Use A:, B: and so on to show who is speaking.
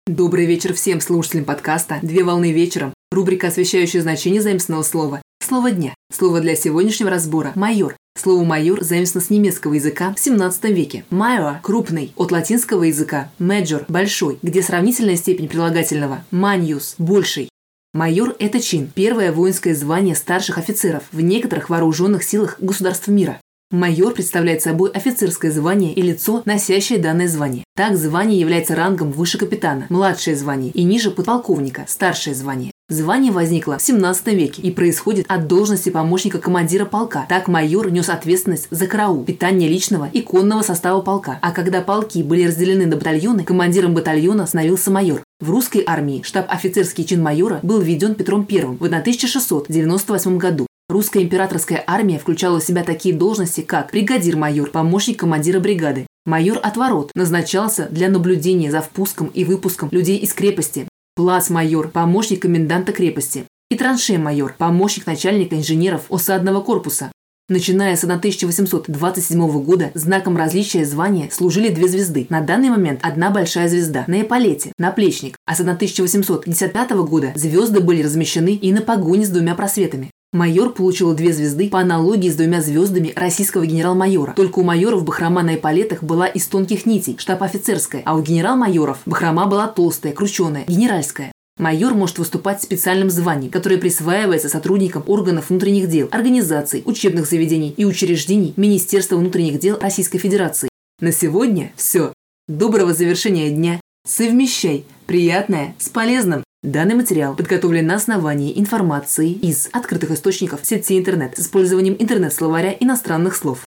A: Добрый вечер всем слушателям подкаста «Две волны вечером». Рубрика, освещающая значение заимственного слова. Слово дня. Слово для сегодняшнего разбора – майор. Слово «майор» заимствовано с немецкого языка в 17 веке. Major – крупный, от латинского языка major – большой, где сравнительная степень прилагательного manius – больший. Майор – это чин, первое воинское звание старших офицеров в некоторых вооруженных силах государств мира. Майор представляет собой офицерское звание и лицо, носящее данное звание. Так, звание является рангом выше капитана, младшее звание, и ниже подполковника, старшее звание. Звание возникло в 17 веке и происходит от должности помощника командира полка. Так майор нес ответственность за караул, питание личного и конного состава полка. А когда полки были разделены на батальоны, командиром батальона становился майор. В русской армии штаб-офицерский чин майора был введен Петром I в 1698 году. Русская императорская армия включала в себя такие должности, как бригадир-майор, помощник командира бригады. Майор-отворот назначался для наблюдения за впуском и выпуском людей из крепости. Плацмайор, помощник коменданта крепости. И траншей-майор, помощник начальника инженеров осадного корпуса. Начиная с 1827 года знаком различия звания служили две звезды. На данный момент одна большая звезда на эполете, наплечник, а с 1855 года звезды были размещены и на погоне с двумя просветами. Майор получил две звезды по аналогии с двумя звездами российского генерал-майора. Только у майоров бахрома на эполетах была из тонких нитей, штаб-офицерская, а у генерал-майоров бахрома была толстая, крученая, генеральская. Майор может выступать в специальном звании, которое присваивается сотрудникам органов внутренних дел, организаций, учебных заведений и учреждений Министерства внутренних дел Российской Федерации. На сегодня все. Доброго завершения дня. Совмещай приятное с полезным. Данный материал подготовлен на основании информации из открытых источников в сети интернет с использованием интернет-словаря иностранных слов.